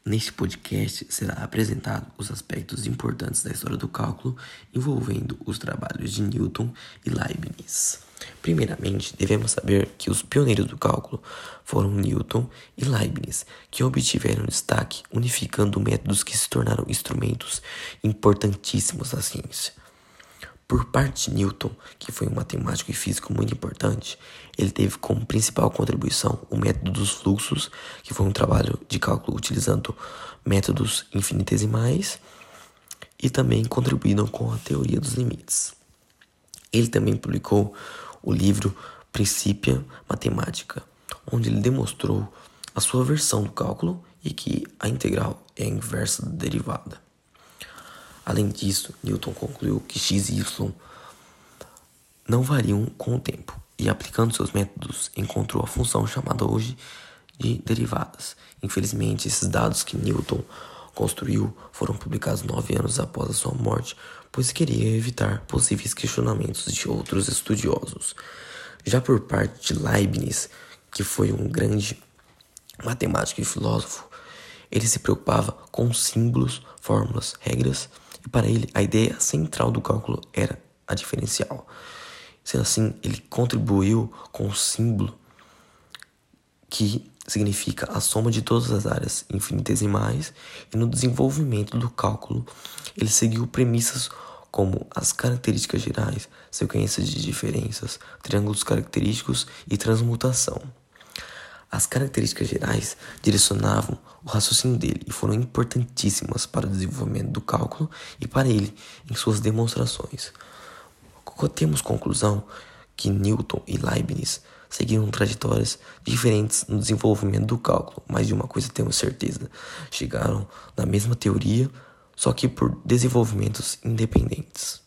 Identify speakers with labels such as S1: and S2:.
S1: Neste podcast será apresentado os aspectos importantes da história do cálculo envolvendo os trabalhos de Newton e Leibniz. Primeiramente, devemos saber que os pioneiros do cálculo foram Newton e Leibniz, que obtiveram destaque unificando métodos que se tornaram instrumentos importantíssimos da ciência. Por parte de Newton, que foi um matemático e físico muito importante, ele teve como principal contribuição o método dos fluxos, que foi um trabalho de cálculo utilizando métodos infinitesimais, e também contribuíram com a teoria dos limites. Ele também publicou o livro Principia Mathematica, onde ele demonstrou a sua versão do cálculo e que a integral é a inversa da derivada. Além disso, Newton concluiu que x e y não variam com o tempo e, aplicando seus métodos, encontrou a função chamada hoje de derivadas. Infelizmente, esses dados que Newton construiu foram publicados 9 anos após a sua morte, pois queria evitar possíveis questionamentos de outros estudiosos. Já por parte de Leibniz, que foi um grande matemático e filósofo, ele se preocupava com símbolos, fórmulas, regras, e para ele a ideia central do cálculo era a diferencial. Sendo assim, ele contribuiu com o símbolo que significa a soma de todas as áreas infinitesimais, e no desenvolvimento do cálculo ele seguiu premissas como as características gerais, sequências de diferenças, triângulos característicos e transmutação. As características gerais direcionavam o raciocínio dele e foram importantíssimas para o desenvolvimento do cálculo e para ele em suas demonstrações. Temos conclusão que Newton e Leibniz seguiram trajetórias diferentes no desenvolvimento do cálculo, mas de uma coisa temos certeza: chegaram na mesma teoria, só que por desenvolvimentos independentes.